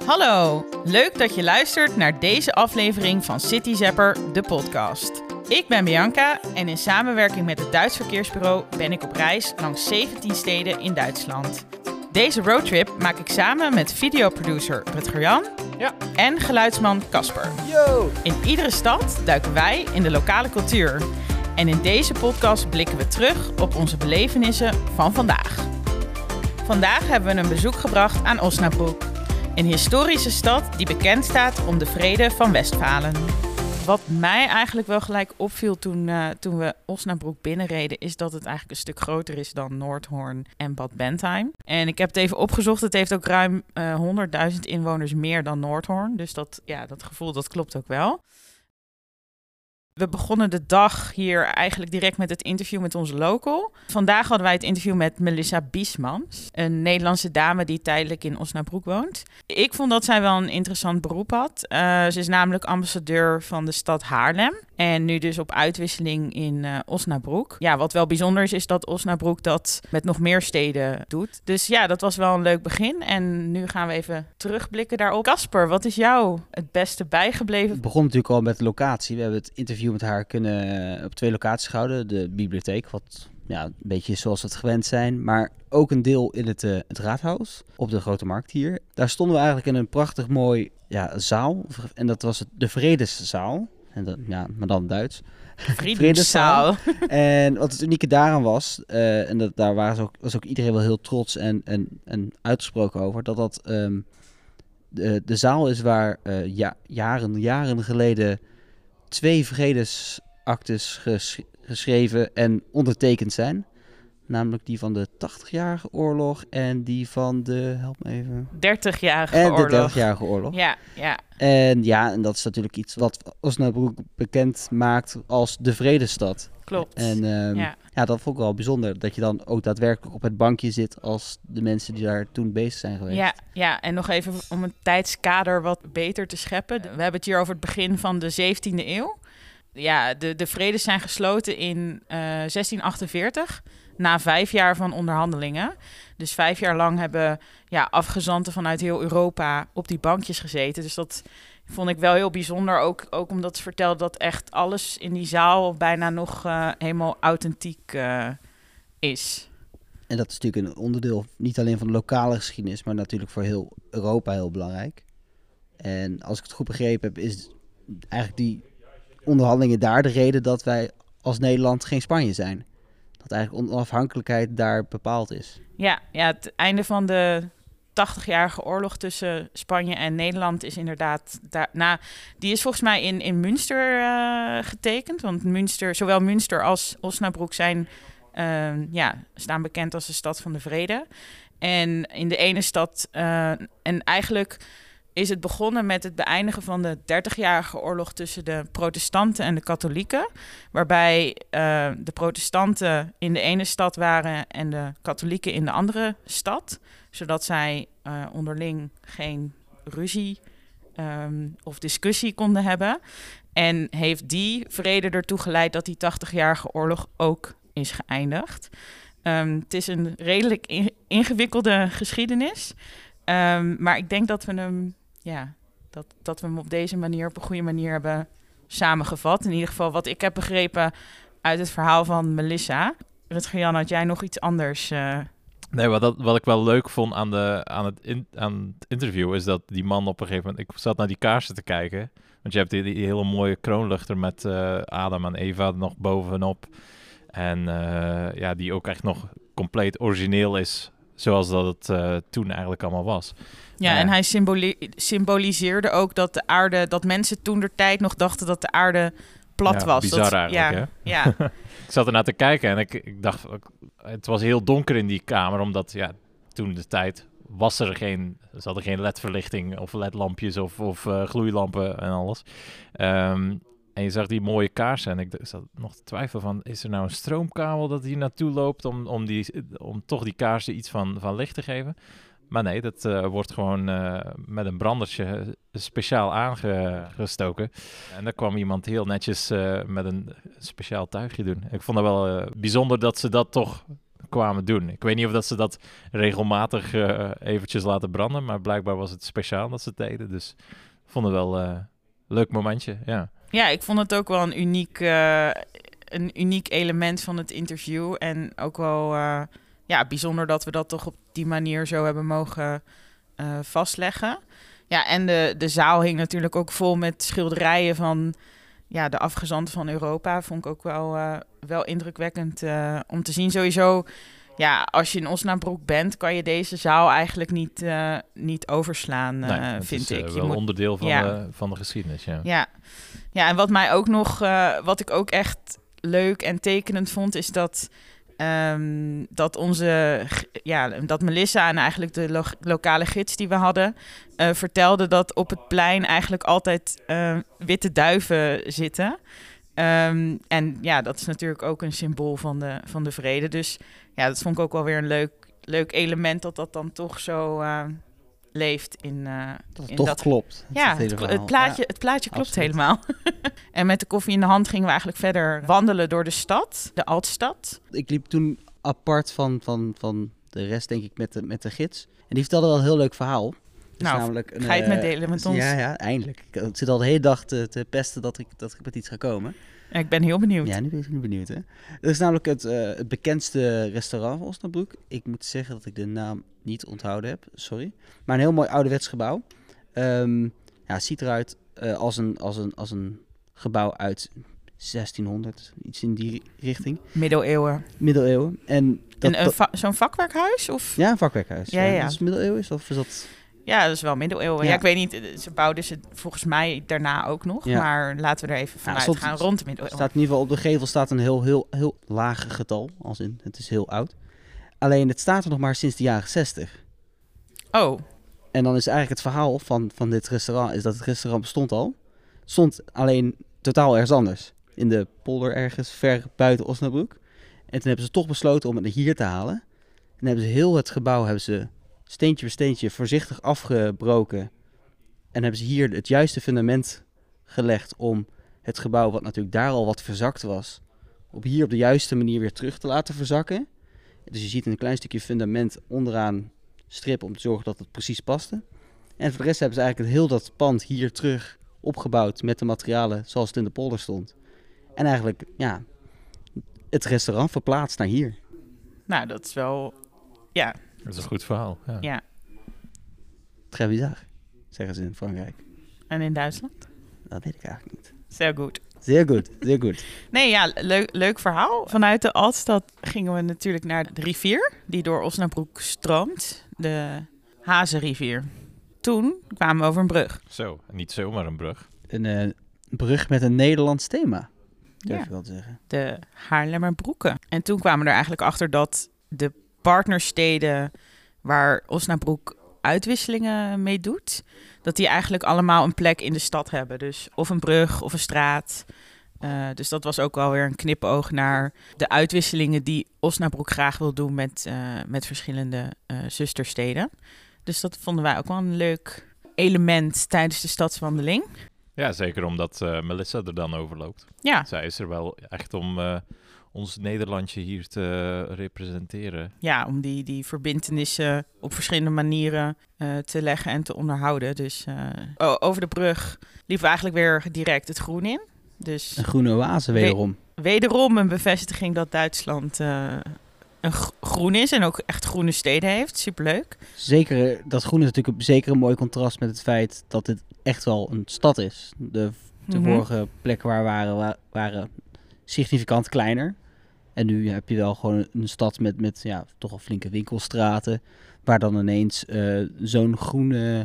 Hallo, leuk dat je luistert naar deze aflevering van City Zapper, de podcast. Ik ben Bianca en in samenwerking met het Duits Verkeersbureau ben ik op reis langs 17 steden in Duitsland. Deze roadtrip maak ik samen met videoproducer Rutger-Jan en geluidsman Casper. Yo! In iedere stad duiken wij in de lokale cultuur. En in deze podcast blikken we terug op onze belevenissen van vandaag. Vandaag hebben we een bezoek gebracht aan Osnabrück. Een historische stad die bekend staat om de Vrede van Westfalen. Wat mij eigenlijk wel gelijk opviel toen we Osnabrück binnenreden, is dat het eigenlijk een stuk groter is dan Noordhoorn en Bad Bentheim. En ik heb het even opgezocht, het heeft ook ruim 100.000 inwoners meer dan Noordhoorn. Dus dat gevoel, dat klopt ook wel. We begonnen de dag hier eigenlijk direct met het interview met onze local. Vandaag hadden wij het interview met Melissa Biesmans, een Nederlandse dame die tijdelijk in Osnabrück woont. Ik vond dat zij wel een interessant beroep had. Ze is namelijk ambassadeur van de stad Haarlem en nu dus op uitwisseling in Osnabrück. Ja, wat wel bijzonder is dat Osnabrück dat met nog meer steden doet. Dus ja, dat was wel een leuk begin en nu gaan we even terugblikken daarop. Casper, wat is jou het beste bijgebleven? Het begon natuurlijk al met de locatie. We hebben het interview met haar kunnen op 2 locaties gehouden. De bibliotheek, wat een beetje zoals we het gewend zijn. Maar ook een deel in het raadhuis op de Grote Markt hier. Daar stonden we eigenlijk in een prachtig mooi zaal. En dat was de Vredeszaal. En dat, maar dan Duits. Vredeszaal. En wat het unieke daaraan was, en daar was ook iedereen wel heel trots en uitgesproken over, dat de zaal is waar jaren geleden 2 vredesactes geschreven en ondertekend zijn. Namelijk die van de 80-jarige oorlog en die van de, help me even... 30-jarige en oorlog. En de 30-jarige oorlog. Ja. En dat is natuurlijk iets wat Osnabrück bekend maakt als de Vredesstad. Klopt. En dat vond ik wel bijzonder. Dat je dan ook daadwerkelijk op het bankje zit als de mensen die daar toen bezig zijn geweest. Ja, en nog even om een tijdskader wat beter te scheppen. We hebben het hier over het begin van de 17e eeuw. Ja, de vredes zijn gesloten in 1648, na 5 jaar van onderhandelingen. Dus 5 jaar lang hebben afgezanten vanuit heel Europa op die bankjes gezeten. Dus dat vond ik wel heel bijzonder, ook omdat ze vertelde dat echt alles in die zaal bijna nog helemaal authentiek is. En dat is natuurlijk een onderdeel, niet alleen van de lokale geschiedenis, maar natuurlijk voor heel Europa heel belangrijk. En als ik het goed begrepen heb, is eigenlijk die onderhandelingen daar de reden dat wij als Nederland geen Spanje zijn. Dat eigenlijk onafhankelijkheid daar bepaald is. Ja, het einde van de 80-jarige oorlog tussen Spanje en Nederland is inderdaad... die is volgens mij in Münster getekend. Want zowel Münster als Osnabrück staan bekend als de stad van de vrede. En in de ene stad... en eigenlijk is het begonnen met het beëindigen van de 30-jarige oorlog tussen de protestanten en de katholieken. Waarbij de protestanten in de ene stad waren en de katholieken in de andere stad. Zodat zij onderling geen ruzie of discussie konden hebben. En heeft die vrede ertoe geleid dat die 80-jarige oorlog ook is geëindigd. Het is een redelijk ingewikkelde geschiedenis. Maar ik denk dat we hem... dat we hem op deze manier, op een goede manier hebben samengevat. In ieder geval wat ik heb begrepen uit het verhaal van Melissa. Rutger-Jan, had jij nog iets anders? Nee, wat ik wel leuk vond aan het interview is dat die man op een gegeven moment... Ik zat naar die kaarsen te kijken. Want je hebt die hele mooie kroonluchter met Adam en Eva nog bovenop. En die ook echt nog compleet origineel is, zoals dat het toen eigenlijk allemaal was. Ja, en hij symboliseerde ook dat de aarde, dat mensen toentertijd nog dachten dat de aarde plat was. Bizar eigenlijk, hè? Ja. Ik zat ernaar te kijken en ik dacht, het was heel donker in die kamer, omdat toen de tijd ze hadden geen ledverlichting of ledlampjes of gloeilampen en alles. En je zag die mooie kaarsen en ik zat nog te twijfelen van, is er nou een stroomkabel dat hier naartoe loopt om toch die kaarsen iets van licht te geven? Maar nee, dat wordt gewoon met een brandertje speciaal aangestoken. En daar kwam iemand heel netjes met een speciaal tuigje doen. Ik vond het wel bijzonder dat ze dat toch kwamen doen. Ik weet niet of dat ze dat regelmatig eventjes laten branden, maar blijkbaar was het speciaal dat ze het deden. Dus ik vond het wel een leuk momentje, ja. Ja, ik vond het ook wel een uniek element van het interview. En ook wel bijzonder dat we dat toch op die manier zo hebben mogen vastleggen. Ja, en de zaal hing natuurlijk ook vol met schilderijen van de afgezanten van Europa. Vond ik ook wel indrukwekkend om te zien. Sowieso, als je in Osnabrück bent, kan je deze zaal eigenlijk niet overslaan, vind ik. Het is wel onderdeel van de geschiedenis, ja. Ja, en wat mij ook nog, wat ik ook echt leuk en tekenend vond, is dat dat Melissa en eigenlijk de lokale gids die we hadden, vertelde dat op het plein eigenlijk altijd witte duiven zitten. En dat is natuurlijk ook een symbool van de vrede. Dus ja, dat vond ik ook wel weer een leuk element dat dan toch zo leeft in Dat het in toch dat... klopt. Ja, het plaatje klopt absoluut. helemaal. En met de koffie in de hand gingen we eigenlijk verder wandelen door de stad, de Altstad. Ik liep toen apart van de rest, denk ik, met de gids. En die vertelde wel een heel leuk verhaal. Dus Nou, namelijk ga je het met delen met ons? Ja, eindelijk. Ik zit al de hele dag te pesten dat ik met iets ga komen. Ja, ik ben heel benieuwd. Ja, nu ben ik nu benieuwd, hè. Dat is namelijk het bekendste restaurant van Osnabrück. Ik moet zeggen dat ik de naam niet onthouden heb, sorry. Maar een heel mooi ouderwets gebouw. Het ziet eruit als een gebouw uit 1600, iets in die richting. Middeleeuwen. En zo'n vakwerkhuis? Of? Ja, een vakwerkhuis. Ja. Is het middeleeuwen of is dat... Ja, dat is wel middeleeuwen. Ja. Ja, ik weet niet, ze bouwden ze volgens mij daarna ook nog. Ja. Maar laten we er even vanuit gaan, rond de middeleeuwen. Staat in ieder geval op de gevel staat een heel laag getal, als in het is heel oud. Alleen het staat er nog maar sinds de jaren 60. Oh, En dan is eigenlijk het verhaal van dit restaurant, is dat het restaurant bestond al. Stond alleen totaal ergens anders. In de polder ergens ver buiten Osnabrück. En toen hebben ze toch besloten om het hier te halen. En hebben ze heel het gebouw steentje voor steentje voorzichtig afgebroken. En hebben ze hier het juiste fundament gelegd om het gebouw, wat natuurlijk daar al wat verzakt was, op de juiste manier weer terug te laten verzakken. Dus je ziet een klein stukje fundament onderaan strip om te zorgen dat het precies paste. En voor de rest hebben ze eigenlijk heel dat pand hier terug opgebouwd met de materialen zoals het in de polder stond. En eigenlijk, het restaurant verplaatst naar hier. nou dat is wel... Ja. Dat is een goed verhaal, ja. Très bizar, zeggen ze in Frankrijk. En in Duitsland? Dat weet ik eigenlijk niet. Zeer goed. Zeer goed. Nee, ja, leuk verhaal. Vanuit de Altstad gingen we natuurlijk naar de rivier die door Osnabrück stroomt. De Hazenrivier. Toen kwamen we over een brug. Zo, niet zomaar een brug. Een brug met een Nederlands thema, durf Ja. ik wel te zeggen. De Haarlemmerbroeken. En toen kwamen we er eigenlijk achter dat de partnersteden waar Osnabrück uitwisselingen mee doet, dat die eigenlijk allemaal een plek in de stad hebben. Dus of een brug of een straat. Dus dat was ook wel weer een knipoog naar de uitwisselingen die Osnabrück graag wil doen met verschillende zustersteden. Dus dat vonden wij ook wel een leuk element tijdens de stadswandeling. Ja, zeker omdat Melissa er dan overloopt. Ja, Zij is er wel echt om ons Nederlandje hier te representeren. ja, om die verbintenissen op verschillende manieren te leggen en te onderhouden. Dus over de brug liepen we eigenlijk weer direct het groen in. Dus Een groene oase wederom. wederom een bevestiging dat Duitsland een groen is en ook echt groene steden heeft. Superleuk. Zeker, dat groen is natuurlijk zeker een mooi contrast met het feit dat dit echt wel een stad is. De vorige plekken waar we waren significant kleiner. En nu heb je wel gewoon een stad met toch wel flinke winkelstraten, waar dan ineens zo'n groene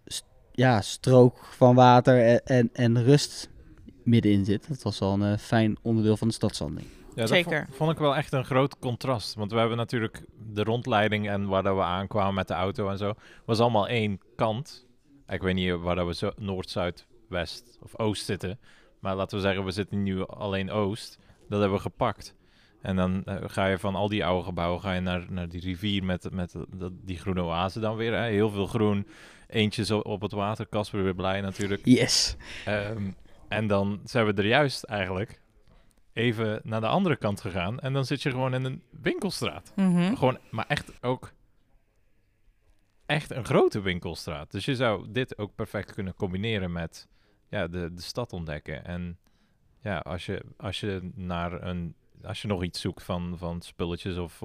strook van water en rust middenin zit. Dat was wel een fijn onderdeel van de stadswandeling. Ja, dat Zeker. vond ik wel echt een groot contrast. Want we hebben natuurlijk de rondleiding en waar dat we aankwamen met de auto en zo, was allemaal één kant. Ik weet niet waar dat we zo noord, zuid, west of oost zitten. Maar laten we zeggen, we zitten nu alleen oost. Dat hebben we gepakt. En dan ga je van al die oude gebouwen naar die rivier met die groene oase dan weer. Hè? Heel veel groen. Eentjes op het water. Casper weer blij natuurlijk. Yes. En dan zijn we er juist eigenlijk even naar de andere kant gegaan. En dan zit je gewoon in een winkelstraat. Mhm. Gewoon, maar echt een grote winkelstraat. Dus je zou dit ook perfect kunnen combineren met de stad ontdekken. En ja, als je nog iets zoekt van spulletjes of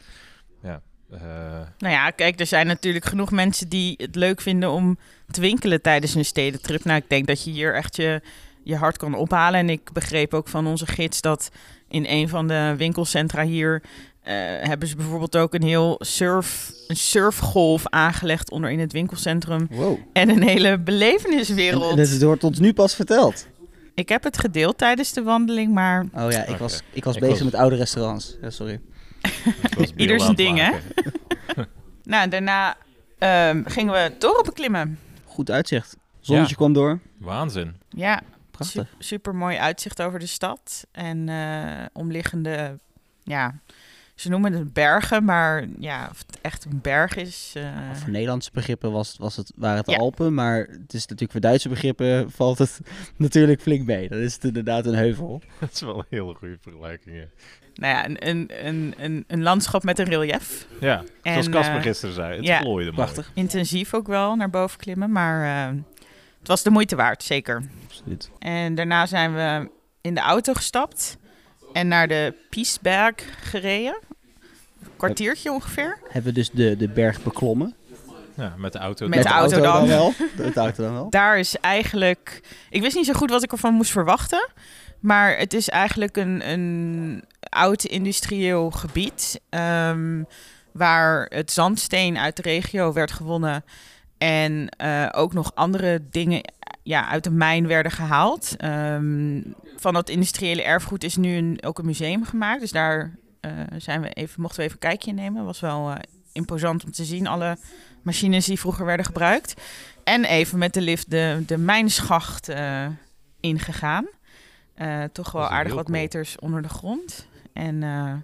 Nou ja, kijk, er zijn natuurlijk genoeg mensen die het leuk vinden om te winkelen tijdens een stedentrip. Nou, ik denk dat je hier echt je hart kan ophalen. En ik begreep ook van onze gids dat in een van de winkelcentra hier hebben ze bijvoorbeeld ook een surfgolf aangelegd onder in het winkelcentrum. Wow. En een hele beleveniswereld. En dit wordt ons nu pas verteld. Ik heb het gedeeld tijdens de wandeling, maar Oh ja, ik was bezig met oude restaurants. Ja, sorry. ieder zijn ding, hè? Nou, daarna gingen we toren beklimmen. Goed uitzicht. Zonnetje kwam door. Waanzin. Ja, Prachtig. super mooi uitzicht over de stad. En omliggende, ja, ze noemen het bergen, maar ja, of het echt een berg is. Voor Nederlandse begrippen waren het de Ja. Alpen, maar het is natuurlijk voor Duitse begrippen valt het natuurlijk flink mee. Dan is het inderdaad een heuvel. Dat is wel een hele goede vergelijking. Ja, Nou ja, een landschap met een relief. ja zoals En, Casper gisteren zei. Het ja, glooide mooi. Prachtig. Intensief ook wel naar boven klimmen, maar het was de moeite waard, zeker. Absoluut. En daarna zijn we in de auto gestapt en naar de Piesberg gereden. Een kwartiertje ongeveer. Hebben we dus de berg beklommen. Ja, met de auto. Met de auto dan. wel. Met de auto dan wel. Daar is eigenlijk... Ik wist niet zo goed wat ik ervan moest verwachten. Maar het is eigenlijk een oud industrieel gebied. Waar het zandsteen uit de regio werd gewonnen. En ook nog andere dingen uit de mijn werden gehaald. Van dat industriële erfgoed is nu ook een museum gemaakt. Dus daar mochten we even een kijkje nemen. Was wel imposant om te zien. Alle machines die vroeger werden gebruikt. En even met de lift de mijnschacht ingegaan. Toch wel Dat is aardig heel wat cool. meters onder de grond. En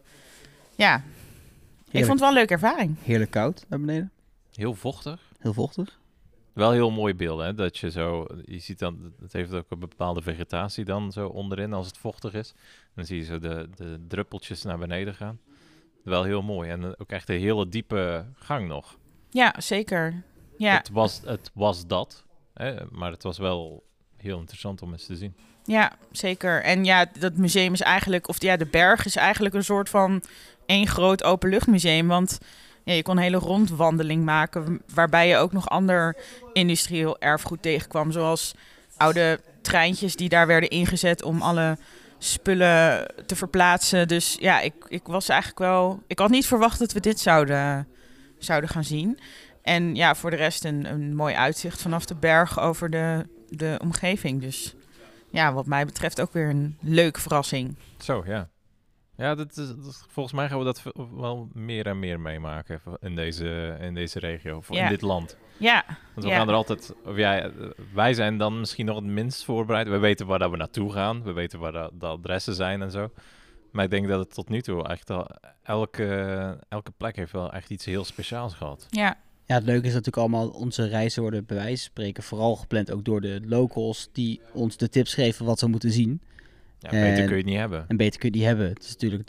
ik Heerlijk. vond het wel een leuke ervaring. Heerlijk koud naar beneden. Heel vochtig. Heel vochtig. Wel heel mooie beelden, hè? Dat je ziet dan, het heeft ook een bepaalde vegetatie dan zo onderin als het vochtig is. Dan zie je zo de druppeltjes naar beneden gaan. Wel heel mooi en ook echt een hele diepe gang nog. Ja, zeker. Ja, Het was dat, hè? Maar het was wel heel interessant om eens te zien. ja, zeker. En ja, dat museum is eigenlijk, de berg is eigenlijk een soort van één groot openluchtmuseum. Want ja, je kon een hele rondwandeling maken, waarbij je ook nog ander industrieel erfgoed tegenkwam. Zoals oude treintjes die daar werden ingezet om alle spullen te verplaatsen. Dus ja, ik was eigenlijk wel... Ik had niet verwacht dat we dit zouden gaan zien. En ja, voor de rest een mooi uitzicht vanaf de berg over de omgeving. Dus ja, wat mij betreft ook weer een leuke verrassing. Zo, ja. Ja, volgens mij gaan we dat wel meer en meer meemaken in deze regio, Ja. in dit land. Ja, Want we gaan er altijd... wij zijn dan misschien nog het minst voorbereid. We weten waar dat we naartoe gaan. We weten waar de adressen zijn en zo. Maar ik denk dat het tot nu toe echt al... Elke plek heeft wel echt iets heel speciaals gehad. ja. Ja, het leuke is natuurlijk allemaal, onze reizen worden bij wijze van spreken vooral gepland ook door de locals die ons de tips geven wat we moeten zien. Ja, beter kun je het niet hebben. En beter kun je die hebben. Het is natuurlijk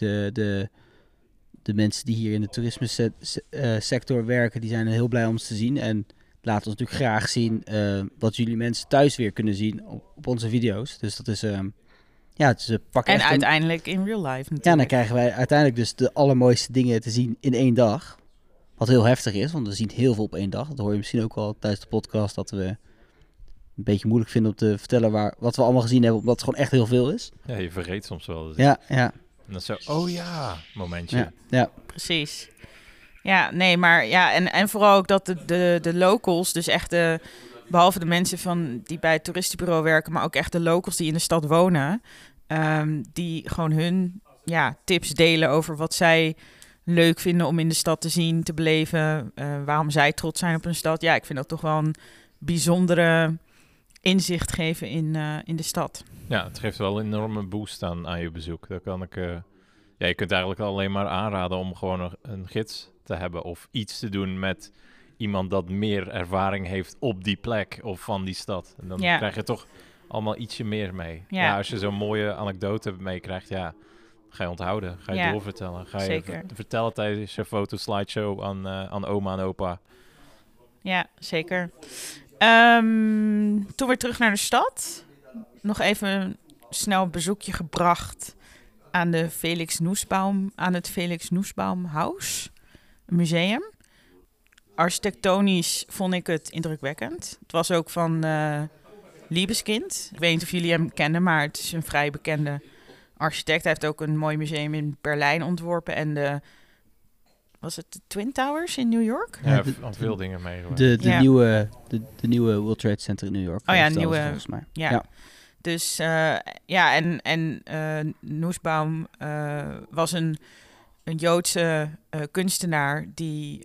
de mensen die hier in de toerisme sector werken, die zijn er heel blij om ze te zien. En laten ons natuurlijk graag zien wat jullie mensen thuis weer kunnen zien op onze video's. Dus dat is, het is pak En echt uiteindelijk in real life natuurlijk. Ja, dan krijgen wij uiteindelijk dus de allermooiste dingen te zien in één dag. Wat heel heftig is, want we zien heel veel op één dag. Dat hoor je misschien ook wel tijdens de podcast, dat we een beetje moeilijk vinden om te vertellen wat we allemaal gezien hebben, omdat het gewoon echt heel veel is. Ja, je vergeet soms wel. Dus Ja. En dan zo, momentje. Ja. Precies. Ja, nee, maar ja, en vooral ook dat de locals, dus echt behalve de mensen die bij het toeristenbureau werken, maar ook echt de locals die in de stad wonen, die gewoon hun tips delen over wat zij leuk vinden om in de stad te zien, te beleven, waarom zij trots zijn op hun stad. Ja, ik vind dat toch wel een bijzondere inzicht geven in de stad. Ja, het geeft wel een enorme boost aan je bezoek. Daar kan ik... je kunt eigenlijk alleen maar aanraden om gewoon een gids te hebben of iets te doen met iemand dat meer ervaring heeft op die plek of van die stad. En dan krijg je toch allemaal ietsje meer mee. Ja. Ja, als je zo'n mooie anekdote meekrijgt, ja, ga je onthouden. Ga je doorvertellen. Ga je zeker. vertellen tijdens je fotoslideshow aan oma en opa. Ja, zeker. Toen weer terug naar de stad. Nog even snel een bezoekje gebracht aan het Felix Nussbaum House, een museum. Architectonisch vond ik het indrukwekkend. Het was ook van Liebeskind. Ik weet niet of jullie hem kennen, maar het is een vrij bekende architect. Hij heeft ook een mooi museum in Berlijn ontworpen en was het de Twin Towers in New York? Ja, aan veel dingen mee. De nieuwe World Trade Center in New York. Oh ja, nieuwe volgens mij. Ja. Dus Nussbaum was een Joodse kunstenaar die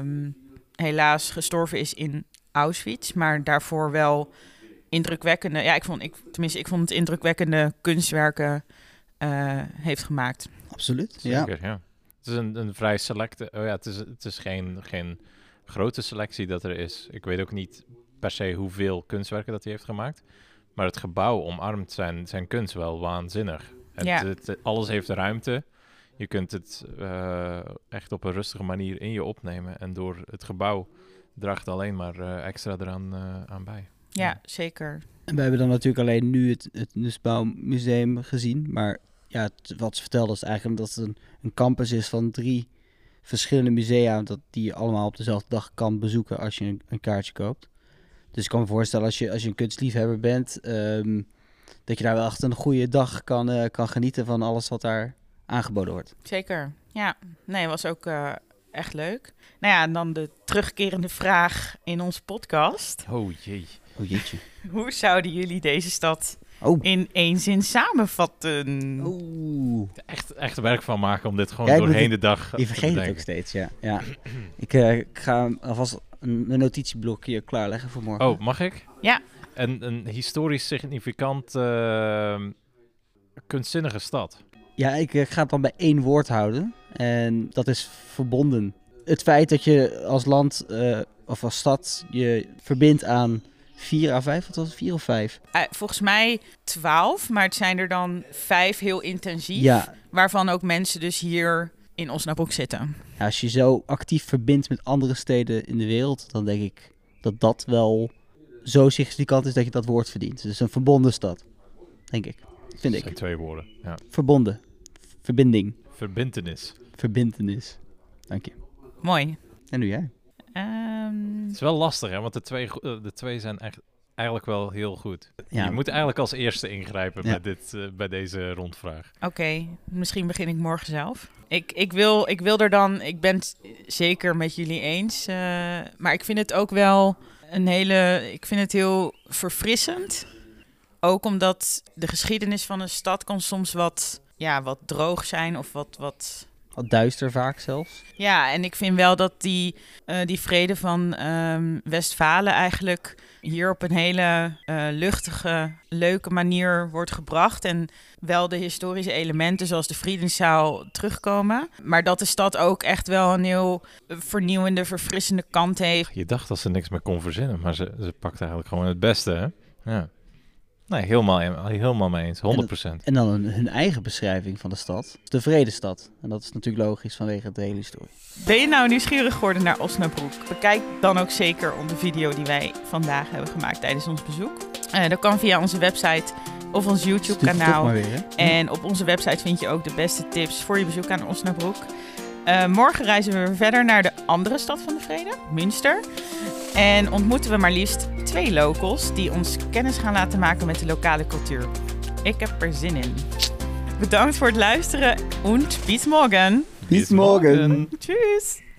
helaas gestorven is in Auschwitz, maar daarvoor wel indrukwekkende, ik vond het indrukwekkende kunstwerken heeft gemaakt. Absoluut. Zeker, ja. Het is een vrij selecte. Het is geen grote selectie dat er is. Ik weet ook niet per se hoeveel kunstwerken dat hij heeft gemaakt. Maar het gebouw omarmt zijn kunst wel waanzinnig. Alles heeft ruimte. Je kunt het echt op een rustige manier in je opnemen. En door het gebouw draagt alleen maar extra eraan aan bij. Ja, zeker. En we hebben dan natuurlijk alleen nu het Nussbaum Museum gezien. Maar ja, wat ze vertelde is eigenlijk dat het een campus is van 3 verschillende musea. Die je allemaal op dezelfde dag kan bezoeken als je een kaartje koopt. Dus ik kan me voorstellen als je een kunstliefhebber bent, dat je daar wel echt een goede dag kan genieten van alles wat daar aangeboden wordt. Zeker, ja. Nee, was ook echt leuk. Nou ja, en dan de terugkerende vraag in onze podcast. Oh jee. Oh jeetje. Hoe zouden jullie deze stad in 1 zin samenvatten? Echt werk van maken om dit gewoon doorheen de dag je vergeet het ook steeds, ja. Ik ga alvast een notitieblokje klaarleggen voor morgen. Oh, mag ik? Ja. Een historisch significant kunstzinnige stad. Ja, ik ga het dan bij 1 woord houden. En dat is verbonden. Het feit dat je als land of als stad je verbindt aan 4 à 5, wat was het? 4 of 5? Volgens mij 12, maar het zijn er dan 5 heel intensief. Ja. Waarvan ook mensen dus hier in Osnabrück zitten. Ja, als je zo actief verbindt met andere steden in de wereld, dan denk ik dat wel zo significant is dat je dat woord verdient. Dus een verbonden stad, denk ik. Vind ik. Dat zijn 2 woorden, ja. Verbonden. Verbinding. Verbintenis. Dank je. Mooi. En nu jij? Het is wel lastig, hè? Want de twee zijn eigenlijk wel heel goed. Ja. Je moet eigenlijk als eerste ingrijpen bij deze rondvraag. Oké, misschien begin ik morgen zelf. Ik wil er dan... Ik ben het zeker met jullie eens. Maar ik vind het ook wel ik vind het heel verfrissend. Ook omdat de geschiedenis van een stad kan soms wat droog zijn of wat duister vaak zelfs. Ja, en ik vind wel dat die vrede van Westfalen eigenlijk hier op een hele luchtige, leuke manier wordt gebracht. En wel de historische elementen zoals de Vriendenszaal terugkomen. Maar dat de stad ook echt wel een heel vernieuwende, verfrissende kant heeft. Je dacht dat ze niks meer kon verzinnen, maar ze pakt eigenlijk gewoon het beste, hè? Ja. Nee, helemaal mee eens, 100%. En dan hun eigen beschrijving van de stad, de Vredestad. En dat is natuurlijk logisch vanwege de hele historie. Ben je nou nieuwsgierig geworden naar Osnabrück? Bekijk dan ook zeker onze video die wij vandaag hebben gemaakt tijdens ons bezoek. Dat kan via onze website of ons YouTube-kanaal. En op onze website vind je ook de beste tips voor je bezoek aan Osnabrück. Morgen reizen we weer verder naar de andere stad van de vrede, Münster. En ontmoeten we maar liefst 2 locals die ons kennis gaan laten maken met de lokale cultuur. Ik heb er zin in. Bedankt voor het luisteren en bis morgen. Bis morgen. Tschüss.